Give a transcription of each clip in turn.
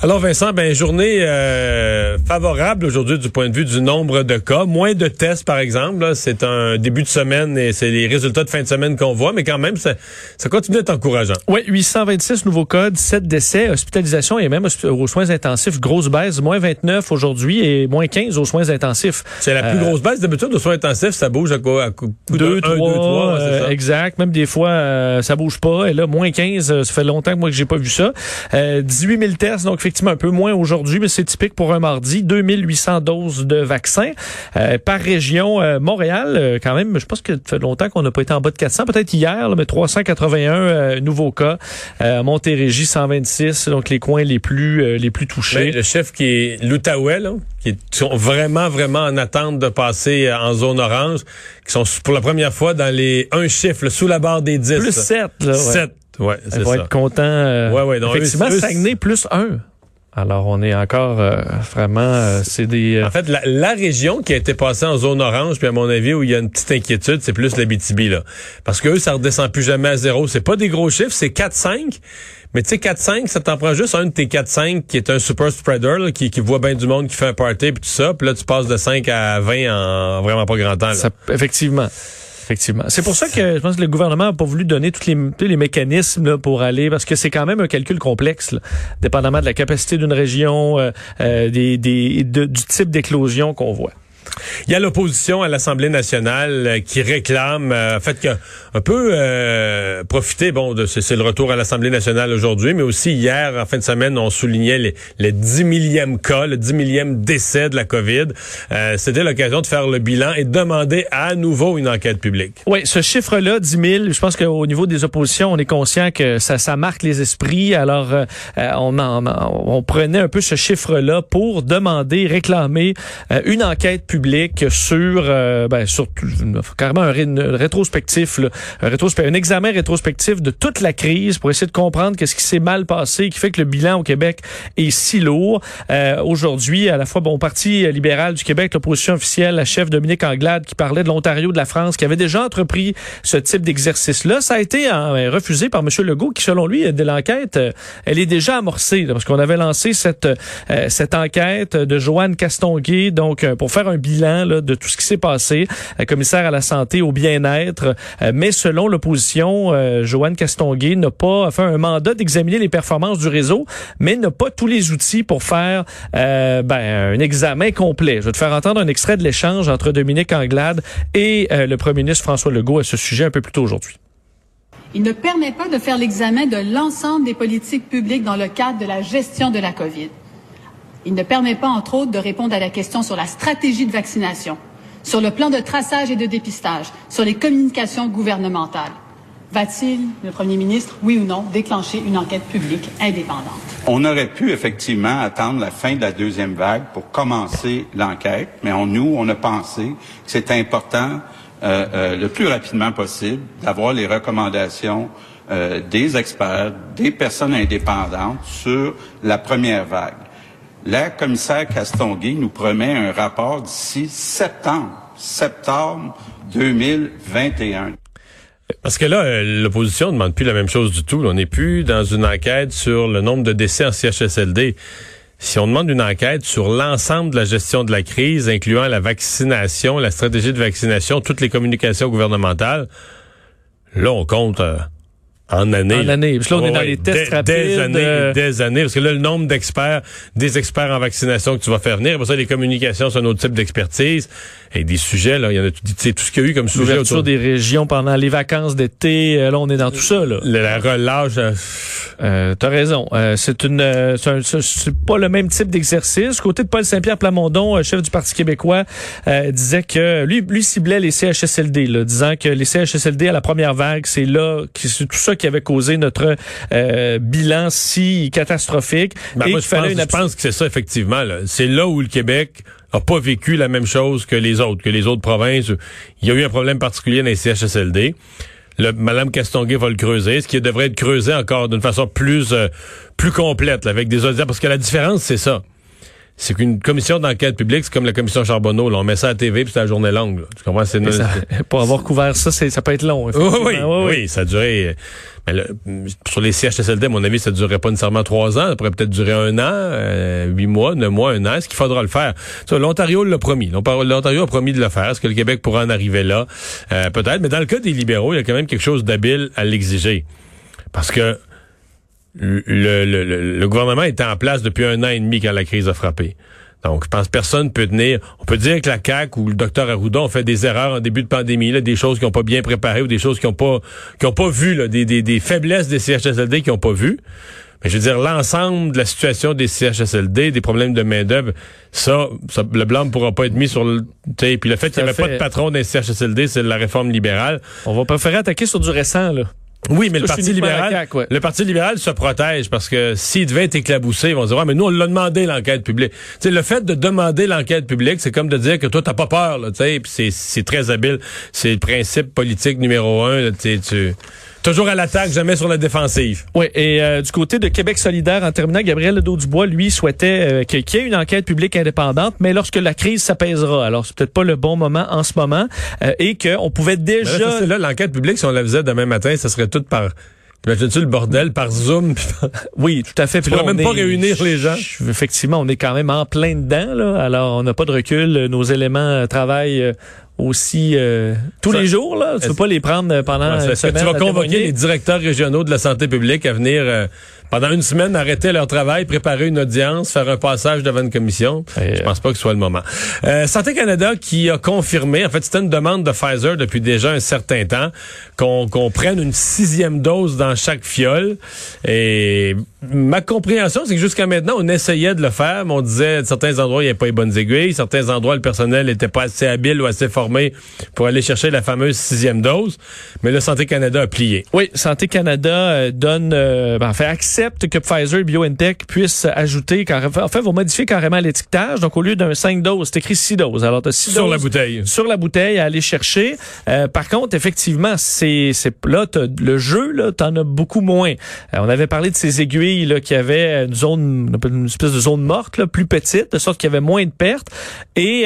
Alors Vincent, journée favorable aujourd'hui du point de vue du nombre de cas. Moins de tests, par exemple. Là, c'est un début de semaine et c'est les résultats de fin de semaine qu'on voit, mais quand même, ça continue d'être encourageant. Oui, 826 nouveaux cas, 17 décès, hospitalisation et même aux soins intensifs. Grosse baisse, moins 29 aujourd'hui et moins 15 aux soins intensifs. C'est la plus grosse baisse. D'habitude, aux soins intensifs, ça bouge à coup 2, 3, c'est ça. Exact. Même des fois, ça bouge pas. Et là, moins 15, ça fait longtemps que moi que j'ai pas vu ça. 18 000 tests, donc effectivement un peu moins aujourd'hui, mais c'est typique pour un mardi. 2800 doses de vaccins. Par région, Montréal, quand même, je pense que ça fait longtemps qu'on n'a pas été en bas de 400. Peut-être hier, là, mais 381 nouveaux cas. Montérégie, 126, donc les coins les plus touchés. Le chef qui est l'Outaouais, là, qui sont vraiment en attente de passer en zone orange, qui sont pour la première fois dans les un chiffre, là, sous la barre des 10. Plus 7, là. 7, ouais, c'est ça. Ils vont être contents. Ouais, donc effectivement, Saguenay, plus 1. Alors, on est encore vraiment... c'est des... En fait, la région qui a été passée en zone orange, puis à mon avis, où il y a une petite inquiétude, c'est plus l'Abitibi, là. Parce que eux, ça redescend plus jamais à zéro. C'est pas des gros chiffres, c'est 4-5. Mais tu sais, 4-5, ça t'en prend juste un de tes 4-5 qui est un super spreader, là, qui voit bien du monde, qui fait un party, puis tout ça. Puis là, tu passes de 5 à 20 en vraiment pas grand temps, là. Effectivement. C'est pour ça que je pense que le gouvernement n'a pas voulu donner tous les mécanismes là, pour aller, parce que c'est quand même un calcul complexe, là, dépendamment de la capacité d'une région, du type d'éclosion qu'on voit. Il y a l'opposition à l'Assemblée nationale qui réclame, en fait, qui a un peu profité, c'est le retour à l'Assemblée nationale aujourd'hui, mais aussi hier, en fin de semaine, on soulignait les 10 millième cas, le 10 millième décès de la COVID. C'était l'occasion de faire le bilan et de demander à nouveau une enquête publique. Oui, ce chiffre-là, 10 000, je pense qu'au niveau des oppositions, on est conscient que ça marque les esprits. Alors, on prenait un peu ce chiffre-là pour demander, réclamer une enquête publique sur carrément un rétrospectif, là, un examen rétrospectif de toute la crise pour essayer de comprendre qu'est-ce qui s'est mal passé, qui fait que le bilan au Québec est si lourd. Aujourd'hui, à la fois au Parti libéral du Québec, l'opposition officielle, la chef Dominique Anglade qui parlait de l'Ontario, de la France, qui avait déjà entrepris ce type d'exercice-là. Ça a été refusé par M. Legault qui, selon lui, de l'enquête, elle est déjà amorcée, là, parce qu'on avait lancé cette enquête de Joanne Castonguay, donc pour faire un bilan là, de tout ce qui s'est passé, commissaire à la santé, au bien-être, mais selon l'opposition, Joanne Castonguay n'a pas fait un mandat d'examiner les performances du réseau, mais n'a pas tous les outils pour faire un examen complet. Je vais te faire entendre un extrait de l'échange entre Dominique Anglade et le premier ministre François Legault à ce sujet un peu plus tôt aujourd'hui. Il ne permet pas de faire l'examen de l'ensemble des politiques publiques dans le cadre de la gestion de la COVID. Il ne permet pas, entre autres, de répondre à la question sur la stratégie de vaccination, sur le plan de traçage et de dépistage, sur les communications gouvernementales. Va-t-il, le premier ministre, oui ou non, déclencher une enquête publique indépendante? On aurait pu effectivement attendre la fin de la deuxième vague pour commencer l'enquête, mais on a pensé que c'était important le plus rapidement possible d'avoir les recommandations des experts, des personnes indépendantes sur la première vague. La commissaire Castonguay nous promet un rapport d'ici septembre 2021. Parce que là, l'opposition ne demande plus la même chose du tout. On n'est plus dans une enquête sur le nombre de décès en CHSLD. Si on demande une enquête sur l'ensemble de la gestion de la crise, incluant la vaccination, la stratégie de vaccination, toutes les communications gouvernementales, là, on compte... En année. Parce que là, on est dans les tests rapides. Des années. Parce que là, le nombre des experts en vaccination que tu vas faire venir, pour ça, les communications, c'est un autre type d'expertise. Et des sujets, là, il y en a tout ce qu'il y a eu comme sujet. L'ouverture des régions pendant les vacances d'été, là, on est dans tout ça, là. La relâche. T'as raison. C'est pas le même type d'exercice. Côté de Paul Saint-Pierre Plamondon, chef du Parti québécois, disait que lui ciblait les CHSLD, là, disant que les CHSLD à la première vague, c'est tout ça qui avait causé notre bilan si catastrophique. Je pense que c'est ça, effectivement, là. C'est là où le Québec a pas vécu la même chose que les autres provinces. Il y a eu un problème particulier dans les CHSLD. Mme Castonguay va le creuser, ce qui devrait être creusé encore d'une façon plus complète, là, avec des auditeurs. Parce que la différence, c'est ça. c'est qu'une commission d'enquête publique, c'est comme la commission Charbonneau. Là, on met ça à la TV puis c'est la journée longue. Là. Tu comprends? Pour avoir couvert ça, ça peut être long. Oui, ça a duré... Mais là, sur les CHSLD, à mon avis, ça ne durerait pas nécessairement 3 ans. Ça pourrait peut-être durer 1 an, 8 mois, 9 mois, 1 an. Est-ce qu'il faudra le faire? Ça, l'Ontario l'a promis. L'Ontario a promis de le faire. Est-ce que le Québec pourra en arriver là? Peut-être. Mais dans le cas des libéraux, il y a quand même quelque chose d'habile à l'exiger. Parce que le gouvernement était en place depuis 1 an et demi quand la crise a frappé. Donc, je pense que personne peut tenir... On peut dire que la CAQ ou le docteur Arruda ont fait des erreurs en début de pandémie, là, des choses qu'ils n'ont pas bien préparées ou des choses qu'ils n'ont pas vues, là, des faiblesses des CHSLD qu'ils n'ont pas vues. Mais je veux dire, l'ensemble de la situation des CHSLD, des problèmes de main-d'œuvre, ça, le blanc ne pourra pas être mis sur le... Puis le fait qu'il n'y avait pas de patron des CHSLD, c'est la réforme libérale. On va préférer attaquer sur du récent, là. Oui, mais le Parti libéral se protège parce que s'il devait être éclaboussé, ils vont dire, mais nous, on l'a demandé, l'enquête publique. Tu sais, le fait de demander l'enquête publique, c'est comme de dire que toi, t'as pas peur, là, tu sais, puis c'est très habile. C'est le principe politique numéro 1, là, toujours à l'attaque, jamais sur la défensive. Oui, et du côté de Québec solidaire, en terminant, Gabriel Nadeau-Dubois, lui, souhaitait qu'il y ait une enquête publique indépendante, mais lorsque la crise s'apaisera. Alors, c'est peut-être pas le bon moment en ce moment, et qu'on pouvait déjà... Mais là, c'est là, l'enquête publique, si on la faisait demain matin, ça serait tout par... Imagines-tu le bordel par Zoom? Oui, tout à fait. Puis là, même pas réunir les gens. Effectivement, on est quand même en plein dedans, là. Alors, on n'a pas de recul. Nos éléments travaillent aussi tous les jours, là. Tu peux pas les prendre pendant une semaine. Tu vas convoquer les directeurs régionaux de la santé publique à venir pendant une semaine arrêter leur travail, préparer une audience, faire un passage devant une commission. Je pense pas que ce soit le moment. Santé Canada qui a confirmé, en fait, c'était une demande de Pfizer depuis déjà un certain temps, qu'on prenne une 6e dose dans chaque fiole. Et ma compréhension, c'est que jusqu'à maintenant, on essayait de le faire, mais on disait à certains endroits, il n'y avait pas les bonnes aiguilles. Certains endroits, le personnel n'était pas assez habile ou assez formé pour aller chercher la fameuse 6e dose. Mais le Santé Canada a plié. Oui, Santé Canada accepte que Pfizer et BioNTech puissent ajouter, vont modifier carrément l'étiquetage. Donc, au lieu d'un 5 doses, c'est écrit 6 doses. Alors, tu as 6 sur doses la bouteille. Sur la bouteille à aller chercher. Par contre, effectivement, là, le jeu, là, t'en as beaucoup moins. On avait parlé de ces aiguilles, là, qui avaient une espèce de zone morte, là, plus petite, de sorte qu'il y avait moins de pertes. Et,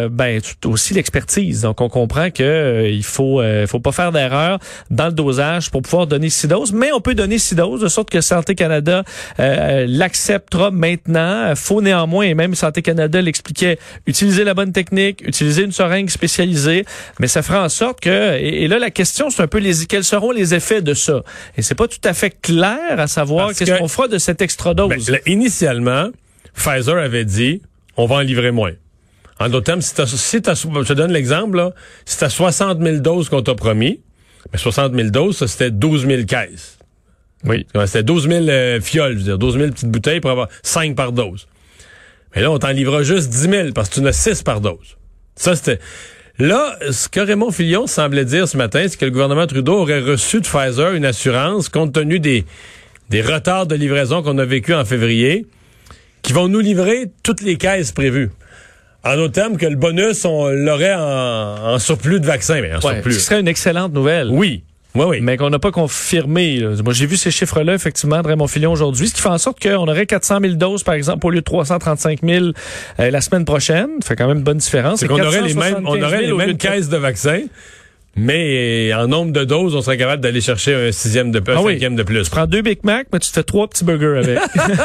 aussi l'expertise. Donc, on comprend que il faut pas faire d'erreur dans le dosage pour pouvoir donner 6 doses. Mais on peut donner 6 doses, de sorte que Santé Canada l'acceptera maintenant. Faut néanmoins, et même Santé Canada l'expliquait, utiliser la bonne technique, utiliser une seringue spécialisée, mais ça fera en sorte que... Et là, la question, c'est un peu quels seront les effets de ça. Et c'est pas tout à fait clair à savoir qu'est-ce qu'on fera de cette extra dose. Initialement, Pfizer avait dit, on va en livrer moins. En d'autres termes, je te donne l'exemple, là, si t'as 60 000 doses qu'on t'a promis, mais 60 000 doses, ça, c'était 12 000 caisses. Oui. C'était 12 000 fioles, je veux dire, 12 000 petites bouteilles pour avoir 5 par dose. Mais là, on t'en livrera juste 10 000 parce que tu en as 6 par dose. Ça, c'était... Là, ce que Raymond Filion semblait dire ce matin, c'est que le gouvernement Trudeau aurait reçu de Pfizer une assurance, compte tenu des retards de livraison qu'on a vécu en février, qui vont nous livrer toutes les caisses prévues. En d'autres termes, que le bonus, on l'aurait en surplus de vaccins. Mais surplus. Ce serait une excellente nouvelle. Oui. Oui. Mais qu'on n'a pas confirmé. Là. Moi, j'ai vu ces chiffres-là, effectivement, de Raymond Filion aujourd'hui, ce qui fait en sorte qu'on aurait 400 000 doses, par exemple, au lieu de 335 000 la semaine prochaine. Ça fait quand même une bonne différence. C'est qu'on aurait les mêmes caisses de vaccins. Mais en nombre de doses, on serait capable d'aller chercher un 6e de plus, un 5e de plus. Tu prends 2 Big Mac, mais tu te fais 3 petits burgers avec.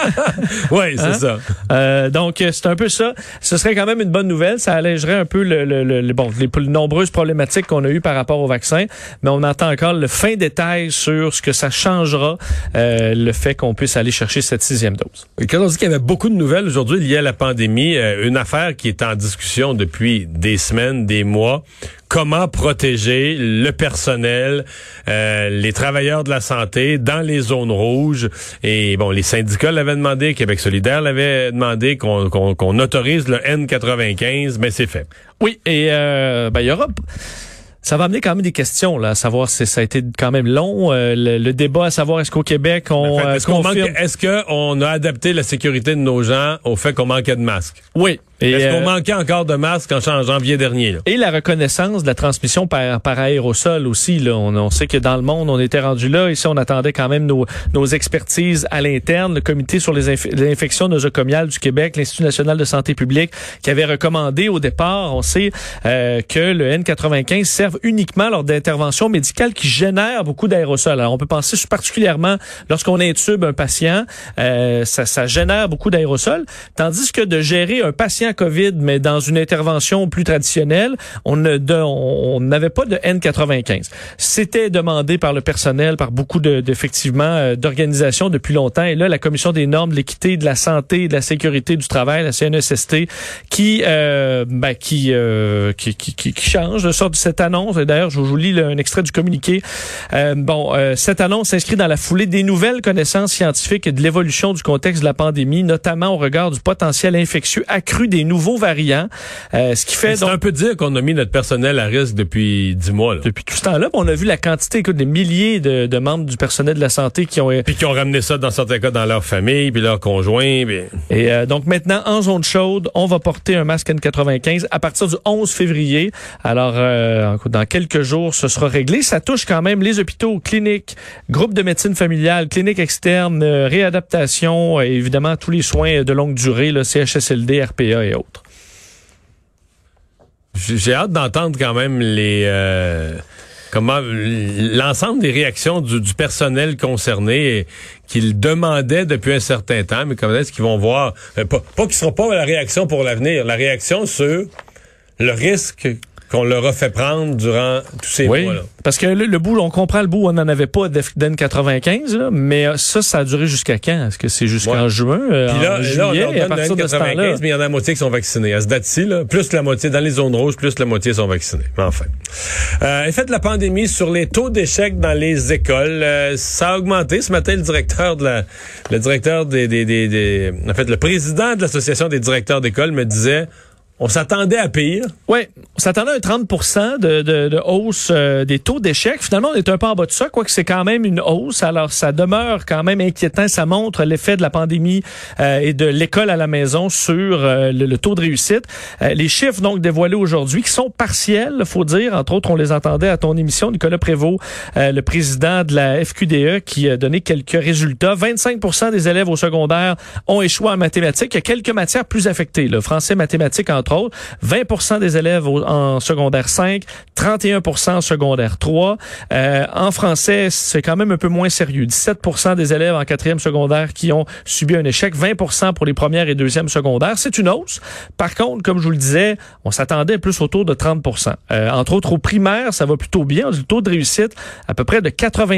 Oui, c'est ça. Donc, c'est un peu ça. Ce serait quand même une bonne nouvelle. Ça allégerait un peu les nombreuses problématiques qu'on a eues par rapport au vaccin. Mais on entend encore le fin détail sur ce que ça changera, le fait qu'on puisse aller chercher cette 6e dose. Et quand on dit qu'il y avait beaucoup de nouvelles aujourd'hui liées à la pandémie, une affaire qui est en discussion depuis des semaines, des mois, comment protéger le personnel, les travailleurs de la santé dans les zones rouges. Et bon, les syndicats l'avaient demandé, Québec solidaire l'avait demandé qu'on autorise le N95, mais c'est fait. Oui, et il y aura... Ça va amener quand même des questions, là, à savoir si ça a été quand même long, le débat à savoir est-ce qu'au Québec est-ce qu'on a adapté la sécurité de nos gens au fait qu'on manquait de masques? Oui. Est-ce qu'on manquait encore de masques en janvier dernier? Là? Et la reconnaissance de la transmission par aérosol aussi. Là. On sait que dans le monde, on était rendu là. Ici, on attendait quand même nos expertises à l'interne. Le Comité sur les infections nosocomiales du Québec, l'Institut national de santé publique, qui avait recommandé au départ, on sait, que le N95 serve uniquement lors d'interventions médicales qui génèrent beaucoup d'aérosols. Alors, on peut penser particulièrement lorsqu'on intube un patient, ça génère beaucoup d'aérosols. Tandis que de gérer un patient COVID, mais dans une intervention plus traditionnelle, on n'avait pas de N95. C'était demandé par le personnel, par beaucoup effectivement d'organisations depuis longtemps. Et là, la Commission des normes de l'équité, de la santé et de la sécurité du travail, la CNESST, qui change de sorte de cette annonce. Et d'ailleurs, je vous lis un extrait du communiqué. Cette annonce s'inscrit dans la foulée des nouvelles connaissances scientifiques et de l'évolution du contexte de la pandémie, notamment au regard du potentiel infectieux accru des nouveaux variants. Ce qui fait c'est un peu dire qu'on a mis notre personnel à risque depuis 10 mois. Là. Depuis tout ce temps-là, on a vu la quantité, des milliers de membres du personnel de la santé qui ont ramené ça dans certains cas dans leur famille, puis leurs conjoints. Puis... Et donc maintenant, en zone chaude, on va porter un masque N95 à partir du 11 février. Alors, dans quelques jours, ce sera réglé. Ça touche quand même les hôpitaux, cliniques, groupes de médecine familiale, cliniques externes, réadaptation, et évidemment tous les soins de longue durée, là, CHSLD, RPA et autres. J'ai hâte d'entendre quand même comment l'ensemble des réactions du personnel concerné qu'ils demandaient depuis un certain temps, mais comment est-ce qu'ils vont voir, pas qu'ils ne seront pas la réaction pour l'avenir, la réaction sur le risque qu'on leur a fait prendre durant tous ces mois-là. Parce que le bout, on comprend le bout, on n'en avait pas d'N95, là, mais ça a duré jusqu'à quand? Est-ce que c'est jusqu'en juin, en juillet, on à partir de ce temps-là? Mais il y en a la moitié qui sont vaccinés. À ce date-ci, là, plus la moitié, dans les zones rouges, plus la moitié sont vaccinés. Mais enfin. Effet de la pandémie sur les taux d'échec dans les écoles. Ça a augmenté. Ce matin, le président de l'Association des directeurs d'école me disait... On s'attendait à pire. Oui, on s'attendait à un 30% de hausse des taux d'échec. Finalement, on est un peu en bas de ça, quoique c'est quand même une hausse. Alors, ça demeure quand même inquiétant. Ça montre l'effet de la pandémie et de l'école à la maison sur le taux de réussite. Les chiffres donc dévoilés aujourd'hui, qui sont partiels, faut dire. Entre autres, on les entendait à ton émission, Nicolas Prévost, le président de la FQDE, qui a donné quelques résultats. 25% des élèves au secondaire ont échoué en mathématiques. Il y a quelques matières plus affectées, le français, mathématiques, entre autres. 20% des élèves en secondaire 5, 31% en secondaire 3. En français, c'est quand même un peu moins sérieux. 17% des élèves en quatrième secondaire qui ont subi un échec, 20% pour les premières et deuxièmes secondaires. C'est une hausse. Par contre, comme je vous le disais, on s'attendait plus autour de 30%. Entre autres, au primaire, ça va plutôt bien. On a le taux de réussite à peu près de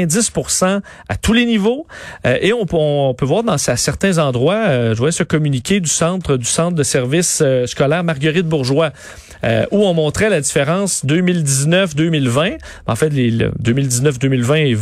90% à tous les niveaux. Et on peut voir dans certains endroits, je voyais ce communiqué du centre de services scolaires Marguerite Bourgeois, où on montrait la différence 2019-2020, en fait les 2019-2020 et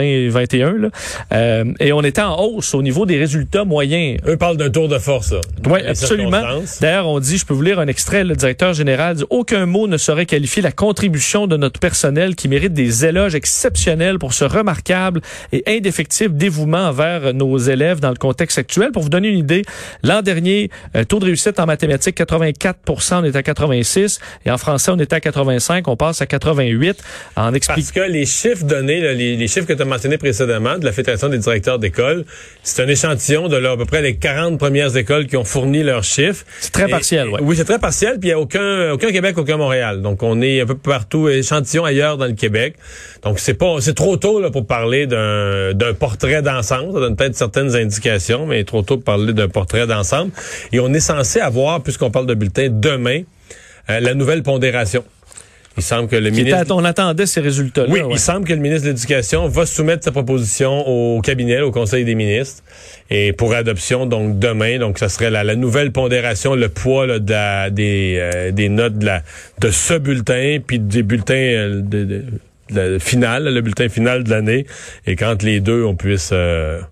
2021, là, et on était en hausse au niveau des résultats moyens. Eux parlent d'un tour de force. Oui, absolument. D'ailleurs, on dit, je peux vous lire un extrait, le directeur général dit « Aucun mot ne saurait qualifier la contribution de notre personnel qui mérite des éloges exceptionnels pour ce remarquable et indéfectible dévouement envers nos élèves dans le contexte actuel. » Pour vous donner une idée, l'an dernier, taux de réussite en mathématiques 84%, on est à 86, et en français, on est à 85, on passe à 88. Parce que les chiffres donnés, les chiffres que tu as mentionnés précédemment de la Fédération des directeurs d'école, c'est un échantillon de à peu près les 40 premières écoles qui ont fourni leurs chiffres. C'est très partiel, oui. Oui, c'est très partiel, puis il n'y a aucun Québec, aucun Montréal. Donc, on est un peu partout, échantillon ailleurs dans le Québec. Donc, c'est trop tôt là, pour parler d'un portrait d'ensemble. Ça donne peut-être certaines indications, mais trop tôt pour parler d'un portrait d'ensemble. Et on est censé avoir, puisqu'on parle de bulletin, demain, la nouvelle pondération. Il semble que le ministre... On attendait ces résultats-là. Oui, il semble que le ministre de l'Éducation va soumettre sa proposition au cabinet, au Conseil des ministres, et pour adoption, donc demain. Donc, ça serait la nouvelle pondération, le poids là, des notes de ce bulletin, puis des bulletins le bulletin final de l'année. Et quand les deux, on puisse...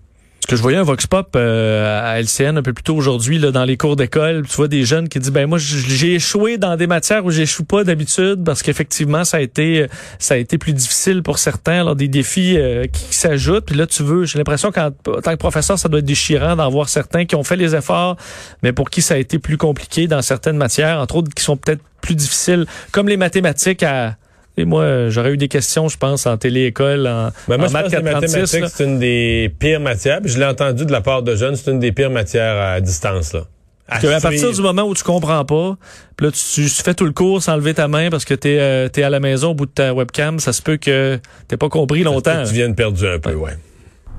que je voyais un vox pop à LCN un peu plus tôt aujourd'hui là, dans les cours d'école. Tu vois des jeunes qui disent moi j'ai échoué dans des matières où j'échoue pas d'habitude parce qu'effectivement ça a été plus difficile pour certains. Alors des défis qui s'ajoutent. Puis là j'ai l'impression qu'en tant que professeur ça doit être déchirant d'en voir certains qui ont fait les efforts, mais pour qui ça a été plus compliqué dans certaines matières, entre autres qui sont peut-être plus difficiles, comme les mathématiques Et moi, j'aurais eu des questions, je pense, en télé-école, en maths 436. Les mathématiques, c'est une des pires matières. Puis je l'ai entendu de la part de jeunes, c'est une des pires matières à distance, là. À partir du moment où tu comprends pas, puis là, tu fais tout le cours sans lever ta main parce que t'es à la maison au bout de ta webcam, ça se peut que t'aies pas compris longtemps. Tu viennes perdu un peu, ouais.